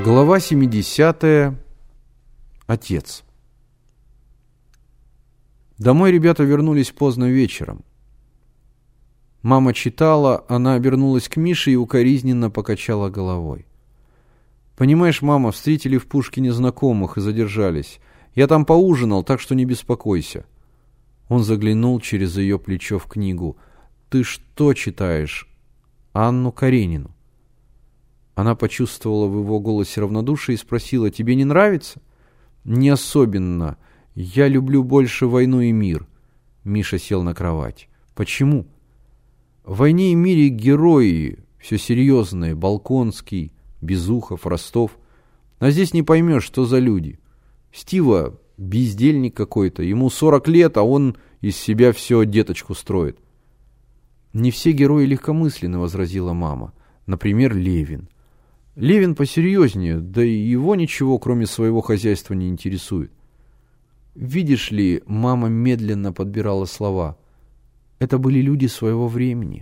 Глава 70. Отец. Домой ребята вернулись поздно вечером. Мама читала, она обернулась к Мише и укоризненно покачала головой. «Понимаешь, мама, встретили в Пушкине знакомых и задержались. Я там поужинал, так что не беспокойся». Он заглянул через ее плечо в книгу. «Ты что читаешь? Анну Каренину». Она почувствовала в его голосе равнодушие и спросила: «Тебе не нравится?» «Не особенно. Я люблю больше «Войну и мир». Миша сел на кровать. «Почему?» «В «Войне и мире» герои, все серьезные, Болконский, Безухов, Ростов. А здесь не поймешь, что за люди. Стива бездельник какой-то, ему 40 лет, а он из себя все деточку строит». «Не все герои легкомысленны», — возразила мама. «Например, Левин. Левин посерьезнее, да и его ничего, кроме своего хозяйства, не интересует». «Видишь ли», — мама медленно подбирала слова, — «это были люди своего времени».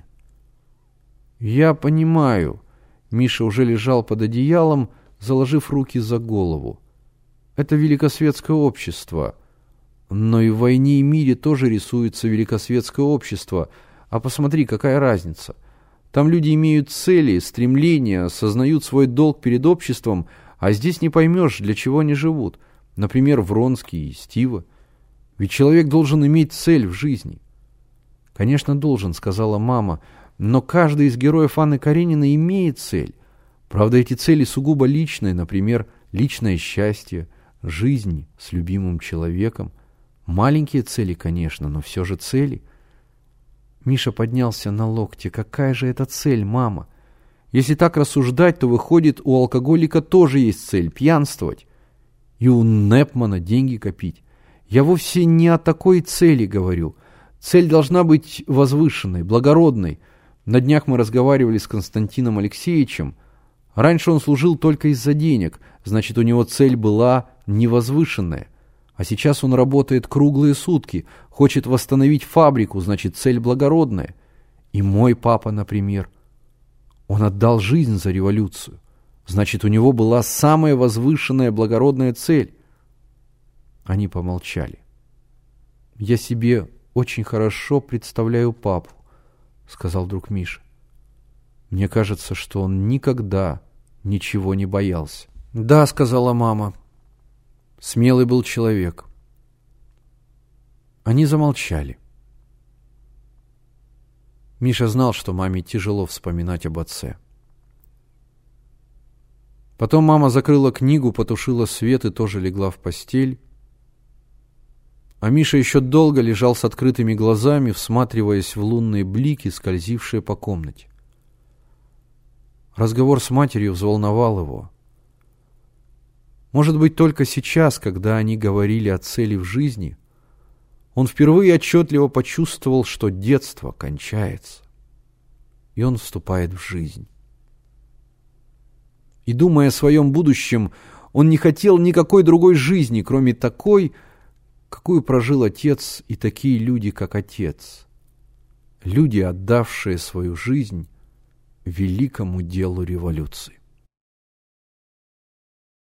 «Я понимаю». Миша уже лежал под одеялом, заложив руки за голову. «Это великосветское общество. Но и в «Войне и мире» тоже рисуется великосветское общество. А посмотри, какая разница. Там люди имеют цели, стремления, осознают свой долг перед обществом, а здесь не поймешь, для чего они живут. Например, Вронский и Стива. Ведь человек должен иметь цель в жизни». «Конечно, должен», — сказала мама, — «но каждый из героев Анны Карениной имеет цель. Правда, эти цели сугубо личные, например, личное счастье, жизнь с любимым человеком. Маленькие цели, конечно, но все же цели». Миша поднялся на локте. «Какая же это цель, мама? Если так рассуждать, то выходит, у алкоголика тоже есть цель — пьянствовать. И у Непмана деньги копить. Я вовсе не о такой цели говорю. Цель должна быть возвышенной, благородной. На днях мы разговаривали с Константином Алексеевичем. Раньше он служил только из-за денег, значит, у него цель была невозвышенная. А сейчас он работает круглые сутки, хочет восстановить фабрику, значит, цель благородная. И мой папа, например, он отдал жизнь за революцию. Значит, у него была самая возвышенная благородная цель». Они помолчали. «Я себе очень хорошо представляю папу», — сказал вдруг Миша. «Мне кажется, что он никогда ничего не боялся». «Да», — сказала мама. «Смелый был человек». Они замолчали. Миша знал, что маме тяжело вспоминать об отце. Потом мама закрыла книгу, потушила свет и тоже легла в постель. А Миша еще долго лежал с открытыми глазами, всматриваясь в лунные блики, скользившие по комнате. Разговор с матерью взволновал его. Может быть, только сейчас, когда они говорили о цели в жизни, он впервые отчетливо почувствовал, что детство кончается, и он вступает в жизнь. И, думая о своем будущем, он не хотел никакой другой жизни, кроме такой, какую прожил отец и такие люди, как отец. Люди, отдавшие свою жизнь великому делу революции.